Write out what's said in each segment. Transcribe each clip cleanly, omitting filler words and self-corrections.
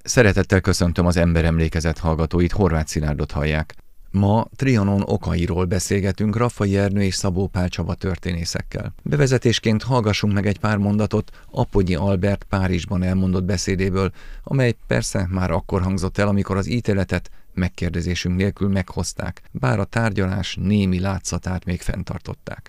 Szeretettel köszöntöm az Emberemlékezet hallgatóit, Horváth Szilárdot hallják. Ma Trianon okairól beszélgetünk Raffai Ernő és Szabó Pál Csaba történészekkel. Bevezetésként hallgassunk meg egy pár mondatot Apponyi Albert Párizsban elmondott beszédéből, amely persze már akkor hangzott el, amikor az ítéletet megkérdezésünk nélkül meghozták, bár a tárgyalás némi látszatát még fenntartották.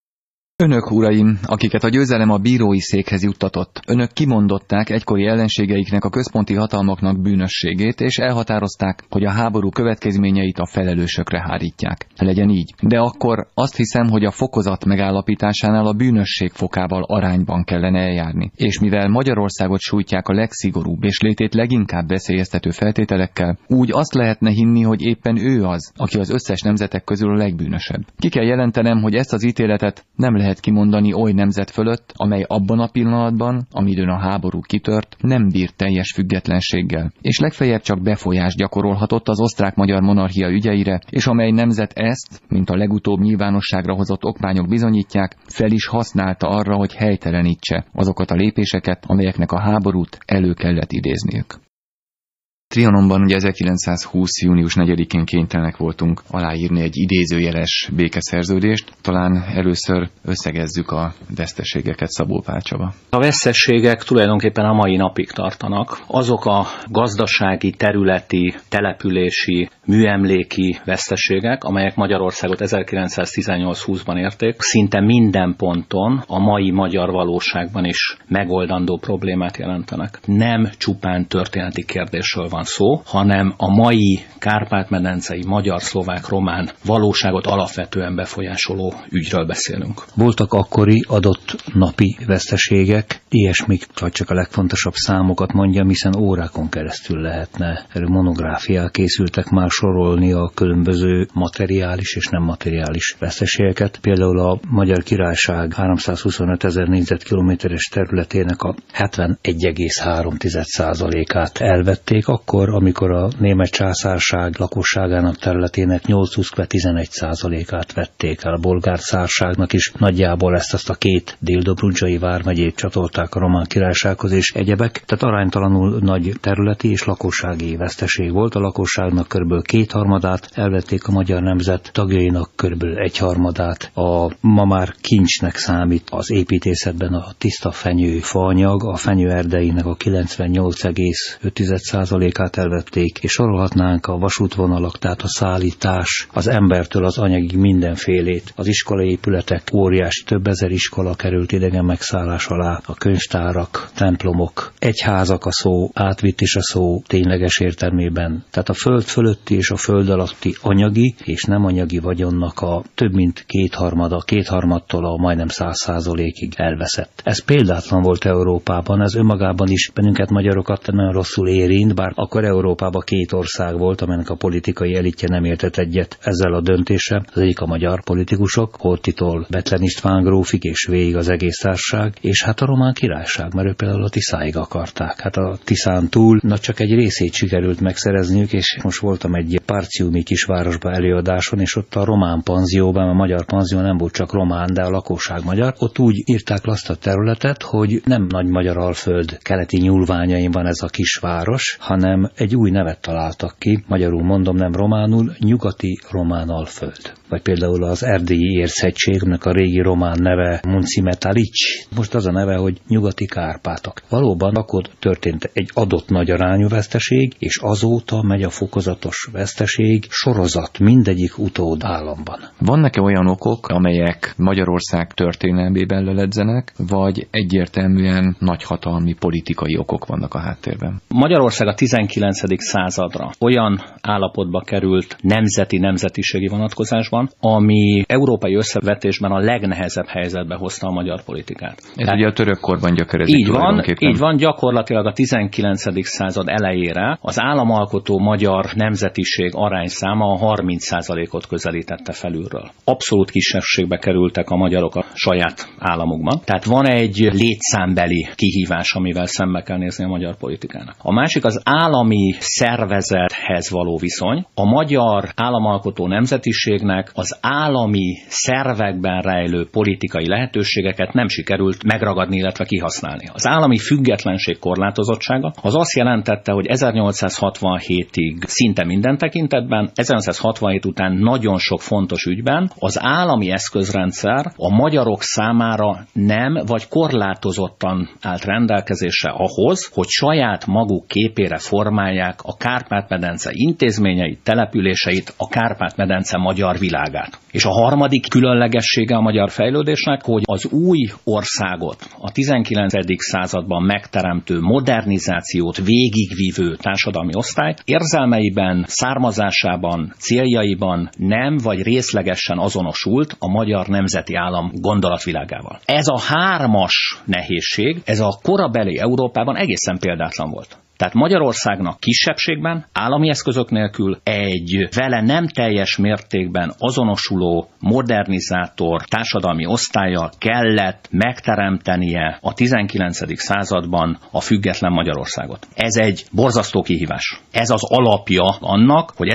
Önök, uraim, akiket a győzelem a bírói székhez juttatott, önök kimondották egykori ellenségeiknek, a központi hatalmaknak bűnösségét, és elhatározták, hogy a háború következményeit a felelősökre hárítják. Legyen így. De akkor azt hiszem, hogy a fokozat megállapításánál a bűnösség fokával arányban kellene eljárni. És mivel Magyarországot sújtják a legszigorúbb és létét leginkább veszélyeztető feltételekkel, úgy azt lehetne hinni, hogy éppen ő az, aki az összes nemzetek közül a legbűnösebb. Ki kell jelentenem, hogy ezt az ítéletet nem lehet kimondani oly nemzet fölött, amely abban a pillanatban, amidőn a háború kitört, nem bírt teljes függetlenséggel, és legfeljebb csak befolyást gyakorolhatott az osztrák-magyar monarchia ügyeire, és amely nemzet ezt, mint a legutóbb nyilvánosságra hozott okmányok bizonyítják, fel is használta arra, hogy helytelenítse azokat a lépéseket, amelyeknek a háborút elő kellett idézniük. Trianonban ugye 1920. június 4-én kénytelenek voltunk aláírni egy idézőjeles békeszerződést. Talán először összegezzük a veszteségeket, Szabó Pál Csaba. A veszteségek tulajdonképpen a mai napig tartanak. Azok a gazdasági, területi, települési, műemléki veszteségek, amelyek Magyarországot 1918-20-ban érték, szinte minden ponton a mai magyar valóságban is megoldandó problémát jelentenek. Nem csupán történeti kérdésről van szó, hanem a mai kárpát-medencei magyar-szlovák-román valóságot alapvetően befolyásoló ügyről beszélünk. Voltak akkori adott napi veszteségek, ilyesmik, vagy csak a legfontosabb számokat mondjam, hiszen órákon keresztül lehetne. Erről monográfiák készültek már sorolni a különböző materiális és nem materiális veszteségeket. Például a Magyar Királyság 325 000 négyzetkilométeres területének a 71,3%-át elvették, akkor, amikor a német császárság lakosságának területének 8,11%-át vették el. A bolgár cárságnak is nagyjából ezt a két dél-dobrudzsai vármegyét csatolták a Román Királysághoz és egyebek. Tehát aránytalanul nagy területi és lakossági veszteség volt. A lakosságnak kb. 2/3 elvették, a magyar nemzet tagjainak kb. 1/3. A ma már kincsnek számít az építészetben a tiszta fenyő faanyag, a fenyő erdeinek a 98,5%-át elvették, és sorolhatnánk a vasútvonalak, tehát a szállítás, az embertől az anyagig mindenfélét. Az iskolai épületek, óriási, több ezer iskola került idegen megszállás alá, a könyvtárak, templomok, egyházak a szó, átvitt is a szó tényleges értelmében. Tehát a föld fölötti és a föld alatti anyagi és nem anyagi vagyonnak a több mint 2/3-tól a majdnem 100%-ig elveszett. Ez példátlan volt Európában, ez önmagában is bennünket magyarokat nagyon rosszul érint, bár akkor Európában 2 ország volt, amelynek a politikai elitje nem értett egyet ezzel a döntéssel. Az egyik a magyar politikusok, Horthytól Bethlen István grófig és végig az egész társaság, és hát a Román Királyság, mert ő például a Tiszáig akarták. Hát a Tiszán túl, csak egy részét sikerült megszerezniük, és most voltam egy parciumi kisvárosba előadáson, és ott a román panzióban, a magyar panzió nem volt csak román, de a lakosság magyar, ott úgy írták le azt a területet, hogy nem Nagy Magyar Alföld keleti nyúlványain van ez a kisváros, hanem egy új nevet találtak ki, magyarul mondom, nem románul, Nyugati Román Alföld. Vagy például az Erdélyi Érchegység, aminek a régi román neve Munci Metalics, most az a neve, hogy Nyugati Kárpátok. Valóban akkor történt egy adott nagy arányú veszteség, és azóta megy a fokozatos veszteség sorozat mindegyik utód államban. Vannak-e olyan okok, amelyek Magyarország történelmében leledzenek, vagy egyértelműen nagyhatalmi politikai okok vannak a háttérben? Magyarország a 19. századra olyan állapotba került nemzetiségi vonatkozásban, ami európai összevetésben a legnehezebb helyzetbe hozta a magyar politikát. Ez ugye a török korban gyökerezik. Így van, gyakorlatilag a 19. század elejére az államalkotó magyar nemzetiség arányszáma a 30%-ot közelítette felülről. Abszolút kisebbségbe kerültek a magyarok a saját államukban. Tehát van egy létszámbeli kihívás, amivel szembe kell nézni a magyar politikának. A másik az állami szervezethez való viszony. A magyar államalkotó nemzetiségnek embereknek az állami szervekben rejlő politikai lehetőségeket nem sikerült megragadni, illetve kihasználni. Az állami függetlenség korlátozottsága az azt jelentette, hogy 1867-ig szinte minden tekintetben, 1967 után nagyon sok fontos ügyben az állami eszközrendszer a magyarok számára nem vagy korlátozottan állt rendelkezésre ahhoz, hogy saját maguk képére formálják a Kárpát-medence intézményeit, településeit, a Kárpát-medence magyar világát. És a harmadik különlegessége a magyar fejlődésnek, hogy az új országot, a 19. században megteremtő modernizációt végigvívő társadalmi osztály érzelmeiben, származásában, céljaiban nem vagy részlegesen azonosult a magyar nemzeti állam gondolatvilágával. Ez a hármas nehézség, ez a korabeli Európában egészen példátlan volt. Tehát Magyarországnak kisebbségben, állami eszközök nélkül egy vele nem teljes mértékben azonosuló modernizátor társadalmi osztállyal kellett megteremtenie a 19. században a független Magyarországot. Ez egy borzasztó kihívás. Ez az alapja annak, hogy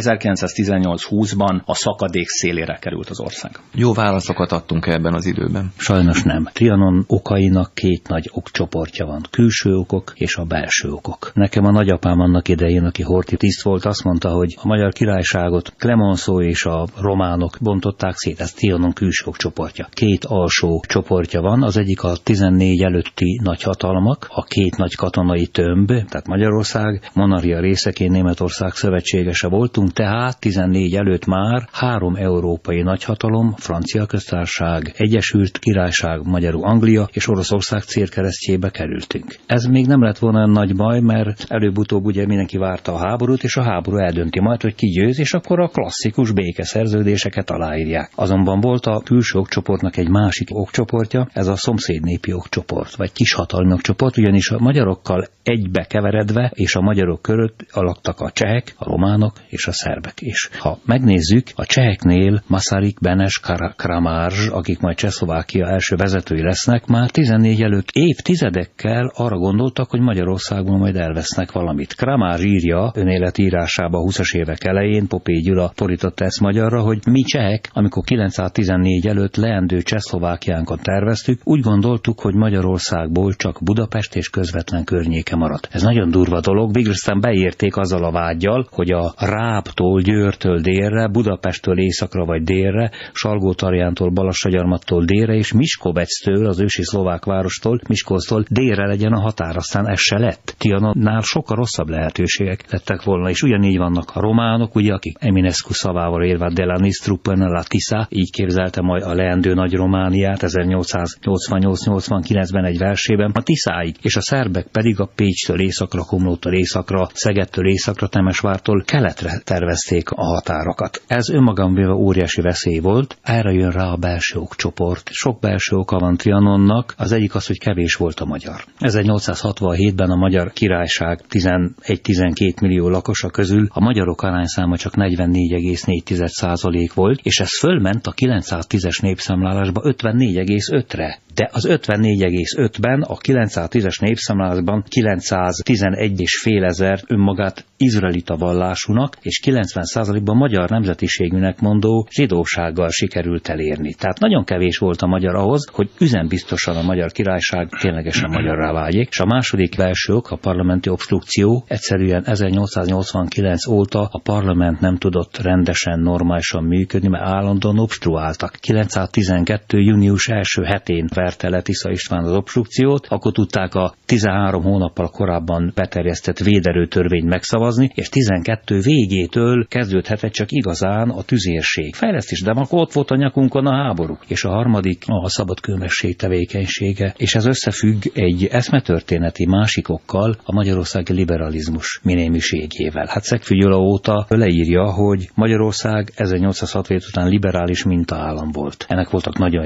1918-20-ban a szakadék szélére került az ország. Jó válaszokat adtunk ebben az időben. Sajnos nem. Trianon okainak két nagy okcsoportja van. Külső okok és a belső okok. Nekem a nagyapám annak idején, aki horti tiszt volt, azt mondta, hogy a Magyar Királyságot Clemenceau és a románok bontották szét, ez Trianon külső okcsoportja. Két alsó csoportja van, az egyik a 14 előtti nagyhatalmak, a két nagy katonai tömb, tehát Magyarország, monarchia részeként Németország szövetségese voltunk, tehát 14 előtt már 3 európai nagyhatalom, Francia Köztársaság, Egyesült Királyság, magyarul Anglia és Oroszország célkeresztjébe kerültünk. Ez még nem lett volna nagy baj, mert előbb-utóbb ugye mindenki várta a háborút, és a háború eldönti majd, hogy ki győz, és akkor a klasszikus békeszerződéseket aláírják. Azonban volt a külső okcsoportnak egy másik okcsoportja, ez a szomszédnépi okcsoport, vagy kishatalmi okcsoport, ugyanis a magyarokkal egybe keveredve, és a magyarok körött alaktak a csehek, a románok és a szerbek. És ha megnézzük, a cseheknél Masaryk, Benes, Kramárzs, akik majd Csehszlovákia első vezetői lesznek, már 14 előtt évtizedekkel arra gondoltak, hogy Magyarországon majd elvesznek valamit. Kramárzs írja önéletírásában a 20-as évek elején, Popé Gyula fordította ezt magyarra, hogy mi csehek, amikor 914 előtt leendő Csehszlovákiánkat terveztük, úgy gondoltuk, hogy Magyarországból csak Budapest és közvetlen környéke maradt. Ez nagyon durva dolog, végül aztán beérték azzal a vággyal, hogy a Rábtól, Győrtől délre, Budapesttől északra vagy délre, Salgótarjántól, Balassagyarmattól délre, és Miskovectől, az ősi szlovák várostól, Miskolctól délre legyen a határ, aztán ez se lett. Trianonnál sokkal rosszabb lehetőségek lettek volna, és ugyanígy vannak a románok, ugye, akik Eminescu szavával élve de la Nistrupen la Tisza, így képzelte majd a leendő nagy Romániát 1888-89-ben egy versében a Tiszáig, és a szerbek pedig a Pécstől északra, Komlótól északra, Szegedtől északra, Temesvártól keletre tervezték a határokat. Ez önmagam véve óriási veszély volt, erre jön rá a belső okcsoport. Sok belső oka van Trianonnak, az egyik az, hogy kevés volt a magyar. 1867-ben a Magyar Királyság 11-12 millió lakosa közül a magyarok arányszáma csak 44,4% volt, és ez fölment a 910-es népszámlálásba 54,5-re. De az 54,5-ben a 910-es népszámlálásban 911,5 ezer önmagát izraelita vallásúnak és 90%-ban magyar nemzetiségűnek mondó zsidósággal sikerült elérni. Tehát nagyon kevés volt a magyar ahhoz, hogy üzenbiztosan a Magyar Királyság ténylegesen magyarrá váljék. És a második belső ok, a parlamenti obstrukció, egyszerűen 1889 óta a parlament nem tudott rendesen, normálisan működni, mert állandóan obstruáltak. 912. június első hetén verte le Tisza István az obstrukciót, akkor tudták a 13 hónappal korábban beterjesztett véderőtörvényt megszavazni, és 12 végétől kezdődhetett csak igazán a tüzérség fejlesztés, de akkor ott volt a nyakunkon a háború. És a harmadik a szabadkőmesség tevékenysége, és ez összefügg egy eszmetörténeti másik okkal, a magyarországi liberalizmus minémiségével. Hát Szegfű Gyula óta leírja, hogy Magyarország 1867 után liberális mintaállam volt. Ennek voltak nagyon jó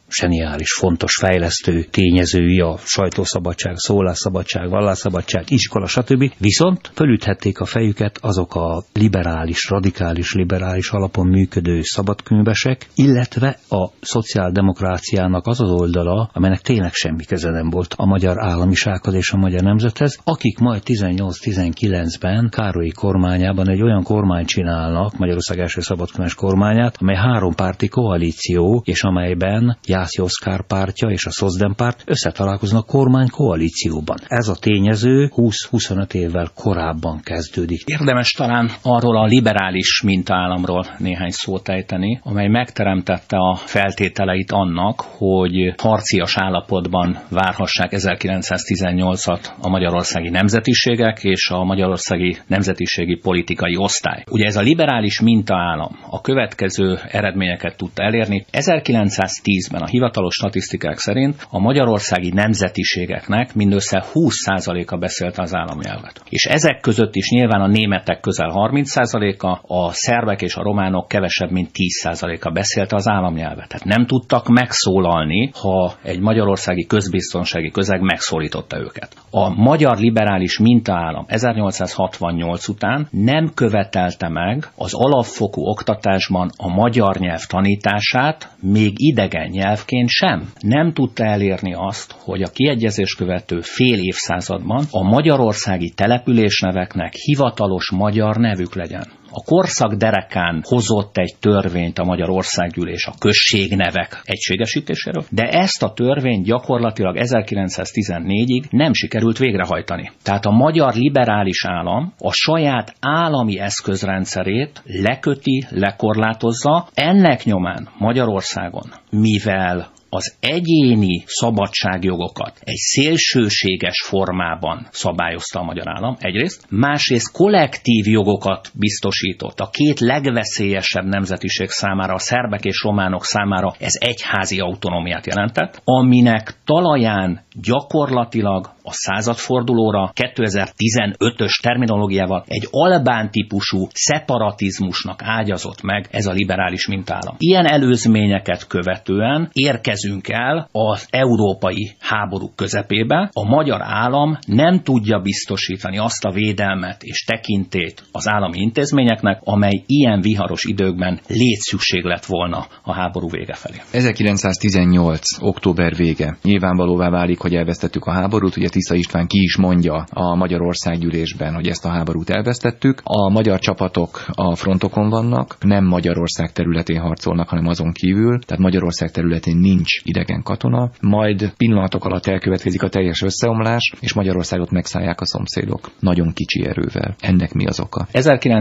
zseniális, fontos, fejlesztő tényezői a sajtószabadság, szólásszabadság, vallásszabadság, iskola, stb. Viszont fölüthették a fejüket azok a liberális, radikális liberális alapon működő szabadkönyvesek, illetve a szociáldemokráciának az az oldala, amelynek tényleg semmi köze nem volt a magyar államisághoz és a magyar nemzethez, akik majd 18-19-ben Károlyi kormányában egy olyan kormányt csinálnak, Magyarország első szabadkönyves kormányát, amely hárompárti koalíció, és amelyben Jászai Oszkár pártja és a Szozdem párt összetalálkoznak kormánykoalícióban. Ez a tényező 20-25 évvel korábban kezdődik. Érdemes talán arról a liberális mintaállamról néhány szót ejteni, amely megteremtette a feltételeit annak, hogy harcias állapotban várhassák 1918-at a magyarországi nemzetiségek és a magyarországi nemzetiségi politikai osztály. Ugye ez a liberális mintaállam a következő eredményeket tudta elérni. 1910-ben a hivatalos statisztikák szerint a magyarországi nemzetiségeknek mindössze 20%-a beszélte az államnyelvet. És ezek között is nyilván a németek közel 30%-a, a szerbek és a románok kevesebb, mint 10%-a beszélte az államnyelvet. Tehát nem tudtak megszólalni, ha egy magyarországi közbiztonsági közeg megszólította őket. A magyar liberális mintaállam 1868 után nem követelte meg az alapfokú oktatásban a magyar nyelv tanítását, még idegen nyelvként sem. Nem tudta elérni azt, hogy a kiegyezés követő fél évszázadban a magyarországi településneveknek hivatalos magyar nevük legyen. A korszak derekán hozott egy törvényt a Magyar Országgyűlés a községnevek egységesítéséről, de ezt a törvényt gyakorlatilag 1914-ig nem sikerült végrehajtani. Tehát a magyar liberális állam a saját állami eszközrendszerét leköti, lekorlátozza, ennek nyomán Magyarországon, mivel az egyéni szabadságjogokat egy szélsőséges formában szabályozta a magyar állam egyrészt, másrészt kollektív jogokat biztosított a két legveszélyesebb nemzetiség számára, a szerbek és románok számára ez egyházi autonómiát jelentett, aminek talaján gyakorlatilag a századfordulóra 2015-ös terminológiával egy albán típusú szeparatizmusnak ágyazott meg ez a liberális mintállam. Ilyen előzményeket követően érkezünk el az európai háború közepébe. A magyar állam nem tudja biztosítani azt a védelmet és tekintét az állami intézményeknek, amely ilyen viharos időkben létszükség lett volna a háború vége felé. 1918. október vége. Nyilvánvalóvá válik, hogy elvesztettük a háborút, ugye Tisza István ki is mondja a Magyar Országgyűlésben, hogy ezt a háborút elvesztettük. A magyar csapatok a frontokon vannak, nem Magyarország területén harcolnak, hanem azon kívül, tehát Magyarország területén nincs idegen katona, majd pillanatok alatt elkövetkezik a teljes összeomlás, és Magyarországot megszállják a szomszédok. Nagyon kicsi erővel. Ennek mi az oka?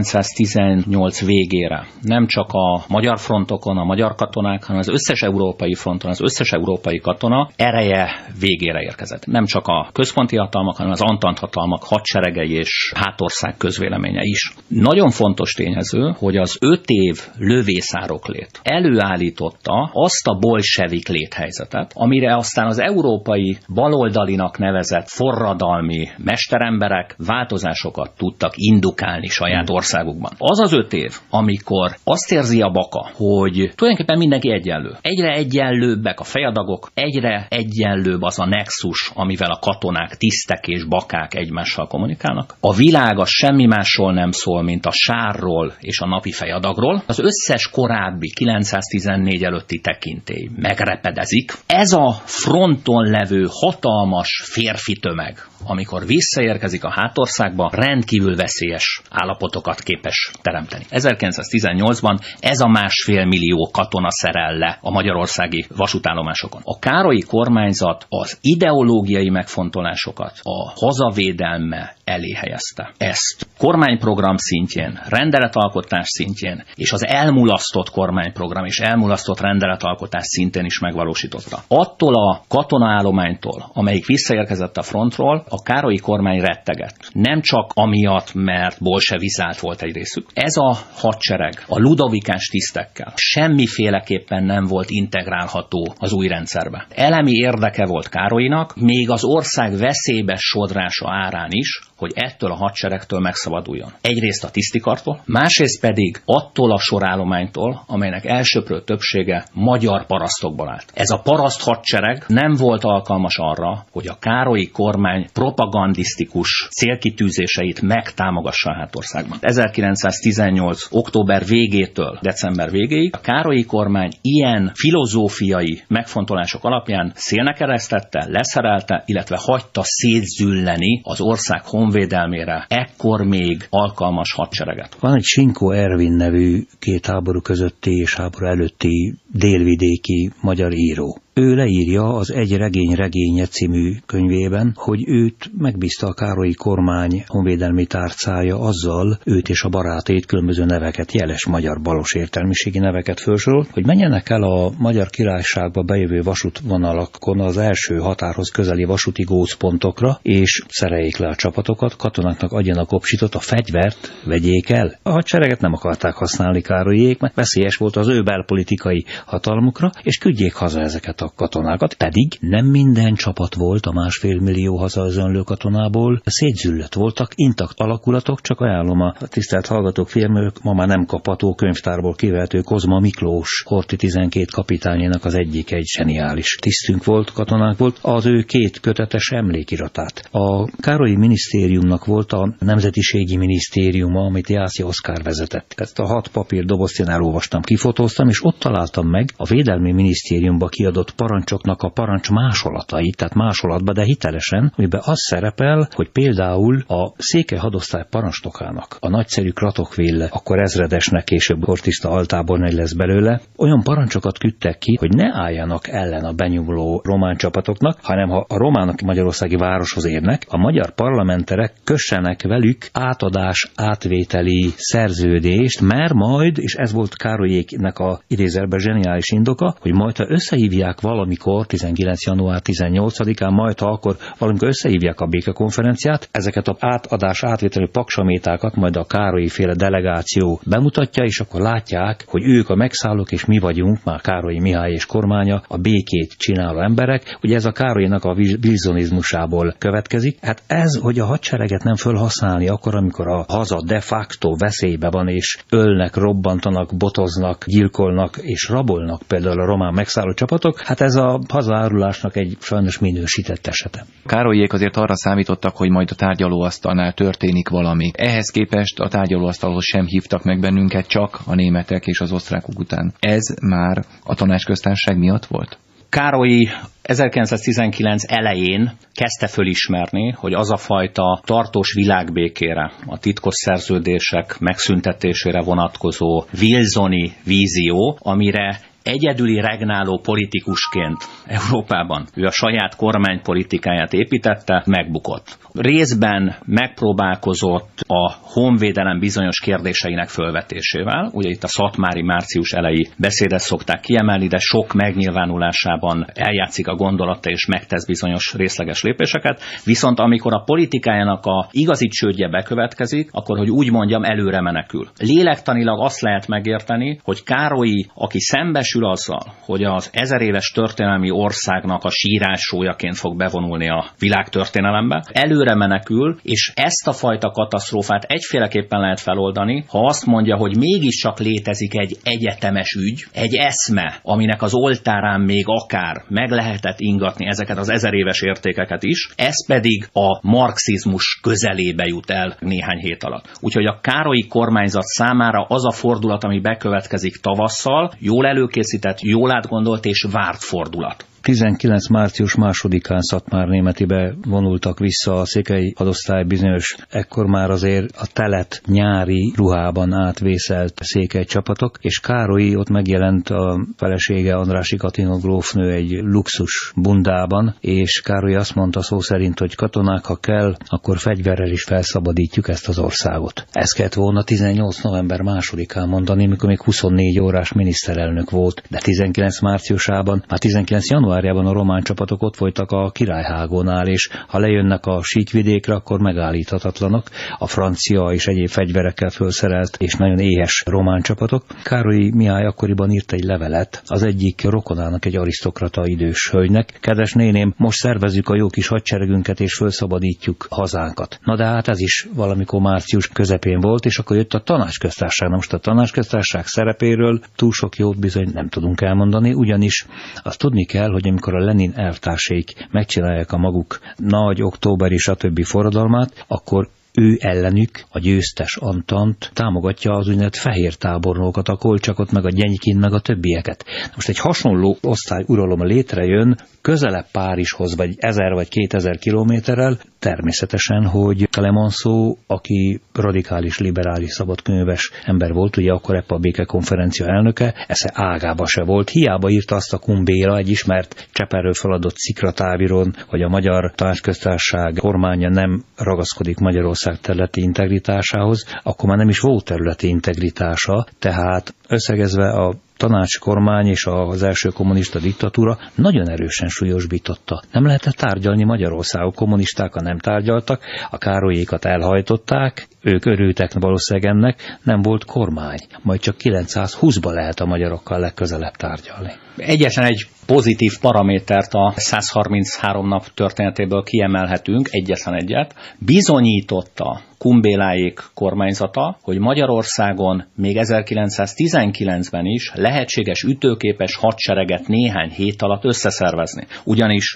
1918 végére nem csak a magyar frontokon a magyar katonák, hanem az összes európai fronton az összes európai katona ereje végére érkezett. Nem csak a központi hatalmak, hanem az antant hatalmak hadseregei és hátország közvéleménye is. Nagyon fontos tényező, hogy az 5 év lövészároklét előállította azt a bolsevik léthelyzetet, amire aztán az európai baloldalinak nevezett forradalmi mesteremberek változásokat tudtak indukálni saját országukban. Az az 5 év, amikor azt érzi a baka, hogy tulajdonképpen mindenki egyenlő. Egyre egyenlőbbek a fejadagok, egyre egyenlőbb az a nexus, amivel a katonák, tisztek és bakák egymással kommunikálnak. A világ az semmi másról nem szól, mint a sárról és a napi fejadagról. Az összes korábbi 914 előtti tekintély megrepedezik. Ez a fronton levő hatalmas férfi tömeg, amikor visszaérkezik a hátországba, rendkívül veszélyes állapotokat képes teremteni. 1918-ban ez a 1,5 millió katona szerel le a magyarországi vasútállomásokon. A Károlyi kormányzat az ideológiai megfontolásokat a hazavédelme elé helyezte. Ezt kormányprogram szintjén, rendeletalkotás szintjén és az elmulasztott kormányprogram és elmulasztott rendeletalkotás szintén is megvalósította. Attól a katonaállománytól, amelyik visszaérkezett a frontról, a Károlyi kormány rettegett. Nem csak amiatt, mert bolsevizált volt egy részük. Ez a hadsereg a ludovikás tisztekkel semmiféleképpen nem volt integrálható az új rendszerbe. Elemi érdeke volt Károlyinak, még az ország veszélybe sodrása árán is, hogy ettől a hadseregtől megszabaduljon. Egyrészt a tisztikartól, másrészt pedig attól a sorállománytól, amelynek elsőprő többsége magyar parasztokból állt. Ez a paraszt hadsereg nem volt alkalmas arra, hogy a Károlyi kormány propagandisztikus célkitűzéseit megtámogassa a hátországban. 1918. október végétől december végéig a Károlyi kormány ilyen filozófiai megfontolások alapján szélnek eresztette, leszerelte, illetve hagyta szétzülleni az ország honvédelmére ekkor még alkalmas hadsereget. Van egy Sinkó Ervin nevű két háború közötti és háború előtti délvidéki magyar író. Ő leírja az Egy regénye című könyvében, hogy őt megbízta a Károlyi kormány honvédelmi tárcája azzal, őt és a barátét különböző neveket, jeles magyar balos értelmiségi neveket felsorolt, hogy menjenek el a Magyar Királyságba bejövő vasútvonalakon az első határhoz közeli vasúti gócpontokra, és szereljék le a csapatokat, katonáknak adjanak opsitot, a fegyvert vegyék el. A hadsereget nem akarták használni Károlyék, mert veszélyes volt az ő belpolitikai hatalmukra, és küldjék haza ezeket a katonákat, pedig nem minden csapat volt a 1,5 millió hazaözönlő katonából, szétzüllött voltak, intakt alakulatok, csak ajánlom a tisztelt hallgatók, figyelmük, ma már nem kapható könyvtárból kivehető Kozma Miklós Horthy 12 kapitányénak az egyik egy zseniális tisztünk volt, katonák volt, az ő 2 kötetes emlékiratát. A Károlyi minisztériumnak volt a Nemzetiségi Minisztériuma, amit Jászai Oszkár vezetett. Ezt a 6 papír dobozt én elolvastam, kifotóztam, és ott találtam meg a Védelmi Minisztériumba kiadott parancsoknak a parancs másolatait, tehát másolatba, de hitelesen, amiben az szerepel, hogy például a Székely hadosztály parancsnokának, a nagyszerű Kratokville, akkor ezredesnek, később hortista altábornagy lesz belőle, olyan parancsokat küldtek ki, hogy ne álljanak ellen a benyomuló román csapatoknak, hanem ha a románok magyarországi városhoz érnek, a magyar parlamenterek kössenek velük átadás-átvételi szerződést, mert majd, és ez volt Károlyéknek a idézőjelben zseniális indoka, hogy majd ha összehívják valamikor, 19. január 18-án, majd ha akkor valamikor összehívják a békekonferenciát, ezeket az átadás-átvételi paksamétákat majd a Károlyi féle delegáció bemutatja, és akkor látják, hogy ők a megszállók, és mi vagyunk, már Károlyi Mihály és kormánya, a békét csináló emberek. Ugye ez a Károlynak a wilsonizmusából következik. Hát ez, hogy a hadsereget nem fölhasználni akkor, amikor a haza de facto veszélybe van, és ölnek, robbantanak, botoznak, gyilkolnak és rabolnak például a román megszálló csapatok, hát ez a hazaárulásnak egy sajnos minősített esete. Károlyék azért arra számítottak, hogy majd a tárgyalóasztalnál történik valami. Ehhez képest a tárgyalóasztalhoz sem hívtak meg bennünket, csak a németek és az osztrákok után. Ez már a Tanácsköztársaság miatt volt? Károly 1919 elején kezdte fölismerni, hogy az a fajta tartós világbékére, a titkos szerződések megszüntetésére vonatkozó wilsoni vízió, amire egyedüli regnáló politikusként Európában ő a saját kormánypolitikáját építette, megbukott. Részben megpróbálkozott a honvédelem bizonyos kérdéseinek fölvetésével, ugye itt a szatmári március elejé beszédet szokták kiemelni, de sok megnyilvánulásában eljátszik a gondolata és megtesz bizonyos részleges lépéseket, viszont amikor a politikájának a igazi csődje bekövetkezik, akkor, hogy úgy mondjam, előre menekül. Lélektanilag azt lehet megérteni, hogy Károly, aki szembesül azzal, hogy az 1000 éves történelmi országnak a sírásójaként fog bevonulni a világtörténelembe, előre menekül, és ezt a fajta katasztrófát egyféleképpen lehet feloldani, ha azt mondja, hogy mégiscsak létezik egy egyetemes ügy, egy eszme, aminek az oltárán még akár meg lehetett ingatni ezeket az 1000 éves értékeket is, ez pedig a marxizmus közelébe jut el néhány hét alatt. Úgyhogy a Károlyi kormányzat számára az a fordulat, ami bekövetkezik tavasszal, jól előkészített, jól átgondolt és várt fordulat. 19. március 2-án Szatmár-Németibe vonultak vissza a székely hadosztály bizonyos, ekkor már azért a telet nyári ruhában átvészelt székely csapatok, és Károly ott megjelent a felesége Andrássy Katina grófnő egy luxus bundában, és Károly azt mondta szó szerint, hogy katonák, ha kell, akkor fegyverrel is felszabadítjuk ezt az országot. Ezt kellett volna 18. november 2-án mondani, mikor még 24 órás miniszterelnök volt, de 19 márciusában, már 19. január januárjában a román csapatok ott voltak a Királyhágónál, és ha lejönnek a síkvidékre, akkor megállíthatatlanok. A francia és egyéb fegyverekkel felszerelt és nagyon éhes román csapatok. Károly Mihály akkoriban írt egy levelet az egyik rokonának, egy arisztokrata idős hölgynek. Kedves néném, most szervezzük a jó kis hadseregünket, és felszabadítjuk hazánkat. Na de hát ez is valamikor március közepén volt, és akkor jött a Tanácsköztársaság. Na most a Tanácsköztársaság szerepéről túl sok jót bizony nem tudunk elmondani, ugyanis azt tudni kell, hogy amikor a Lenin elvtársaik megcsinálják a maguk nagy októberi stb. Forradalmát, akkor ő ellenük a győztes Antant támogatja az úgynevezett fehér tábornokokat, a Kolcsakot, meg a Gyenykint, meg a többieket. Most egy hasonló osztályuralom létrejön közelebb Párizshoz, vagy 1000 vagy 2000 kilométerrel, természetesen, hogy Clemenceau, aki radikális, liberális, szabadkönyves ember volt, ugye akkor ebben a békekonferencia elnöke, esze ágába se volt. Hiába írta azt a Kumbéla, egy ismert Cseperről feladott szikratáviron, hogy a Magyar Tanácsköztársaság kormánya nem ragaszkodik Magyarország területi integritásához, akkor már nem is volt területi integritása, tehát összegezve a tanácskormány és az első kommunista diktatúra nagyon erősen súlyosbította. Nem lehetett tárgyalni Magyarországon, kommunistákkal nem tárgyaltak, a Károlyékat elhajtották, ők örültek valószínűleg ennek, nem volt kormány. Majd csak 920-ban lehet a magyarokkal legközelebb tárgyalni. Egyetlen egy pozitív paramétert a 133 nap történetéből kiemelhetünk, egyetlen egyet. Bizonyította Kumbéláék kormányzata, hogy Magyarországon még 1919-ben is lehetséges ütőképes hadsereget néhány hét alatt összeszervezni. Ugyanis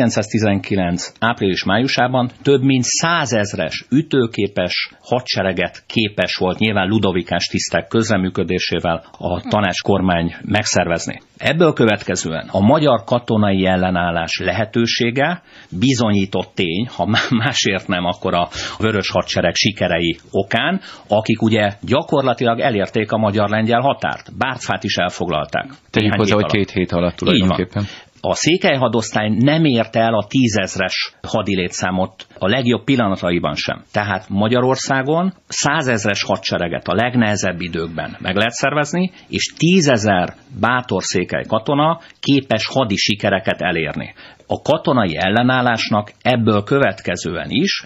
1919. április-májusában több mint 100 000-es ütőképes hadsereget képes volt nyilván ludovikás tisztek közreműködésével a tanácskormány megszervezni. Ebből következően a magyar katonai ellenállás lehetősége bizonyított tény, ha másért nem, akkor a vörös hadsereg sikerei okán, akik ugye gyakorlatilag elérték a magyar-lengyel határt. Bártfát is elfoglalták. Tegyük hozzá, hogy 2 hét alatt tulajdonképpen. A székely hadosztály nem érte el a 10 000-es hadilétszámot a legjobb pillanataiban sem. Tehát Magyarországon 100 000-es hadsereget a legnehezebb időkben meg lehet szervezni, és 10 000 bátor székely katona képes hadi sikereket elérni. A katonai ellenállásnak ebből következően is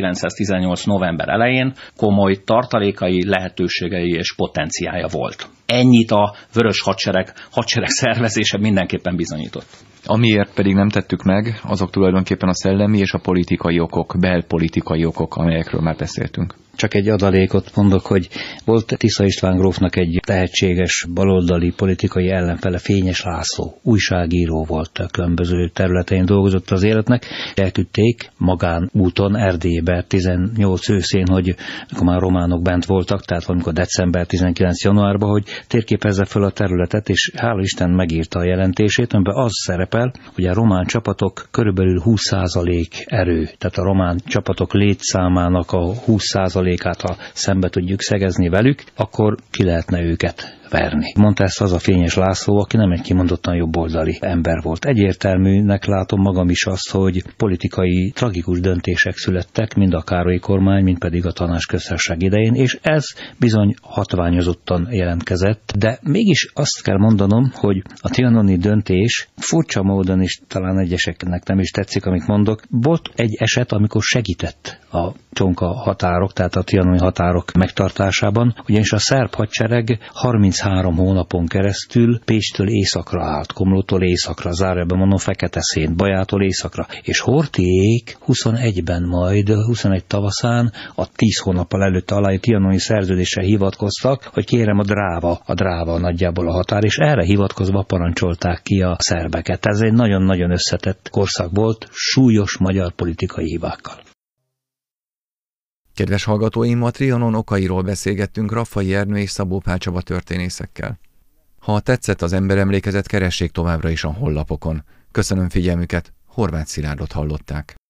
1918. november elején komoly tartalékai, lehetőségei és potenciája volt. Ennyit a vörös hadsereg szervezése mindenképpen bizonyított. Amiért pedig nem tettük meg, azok tulajdonképpen a szellemi és a politikai okok, belpolitikai okok, amelyekről már beszéltünk. Csak egy adalékot mondok, hogy volt Tisza István grófnak egy tehetséges baloldali politikai ellenfele, Fényes László, újságíró volt, a különböző területein dolgozott az életnek. Elküldték magánúton Erdélybe 18 őszén, hogy amikor már románok bent voltak, tehát valamikor december 19. januárban, hogy térképezze fel a területet, és hála Isten megírta a jelentését, amiben az szerepel, hogy a román csapatok körülbelül 20% erő, tehát a román csapatok létszámának a 20%-át, ha szembe tudjuk szegezni velük, akkor ki lehetne őket verni. Mondta ezt az a Fényes László, aki nem egy kimondottan jobboldali ember volt. Egyértelműnek látom magam is azt, hogy politikai tragikus döntések születtek, mind a Károlyi kormány, mind pedig a Tanácsköztársaság idején, és ez bizony hatványozottan jelentkezett. De mégis azt kell mondanom, hogy a trianoni döntés furcsa módon is, talán egyeseknek nem is tetszik, amit mondok, volt egy eset, amikor segített a csonka határok, tehát a trianoni határok megtartásában, ugyanis a szerb hadsereg 33 hónapon keresztül Pécstől északra állt, Komlótól északra, zárójelben mondom Feketeszén, Bajától északra, és Horthyék 21-ben majd, 21 tavaszán a 10 hónappal előtte aláírt trianoni szerződésre hivatkoztak, hogy kérem a dráva nagyjából a határ, és erre hivatkozva parancsolták ki a szerbeket. Ez egy nagyon-nagyon összetett korszak volt, súlyos magyar politikai hibákkal. Kedves hallgatóim, a Trianon okairól beszélgettünk Raffai Ernő és Szabó Pál Csaba történészekkel. Ha tetszett az emberemlékezet, keressék továbbra is a honlapokon. Köszönöm figyelmüket, Horváth Szilárdot hallották.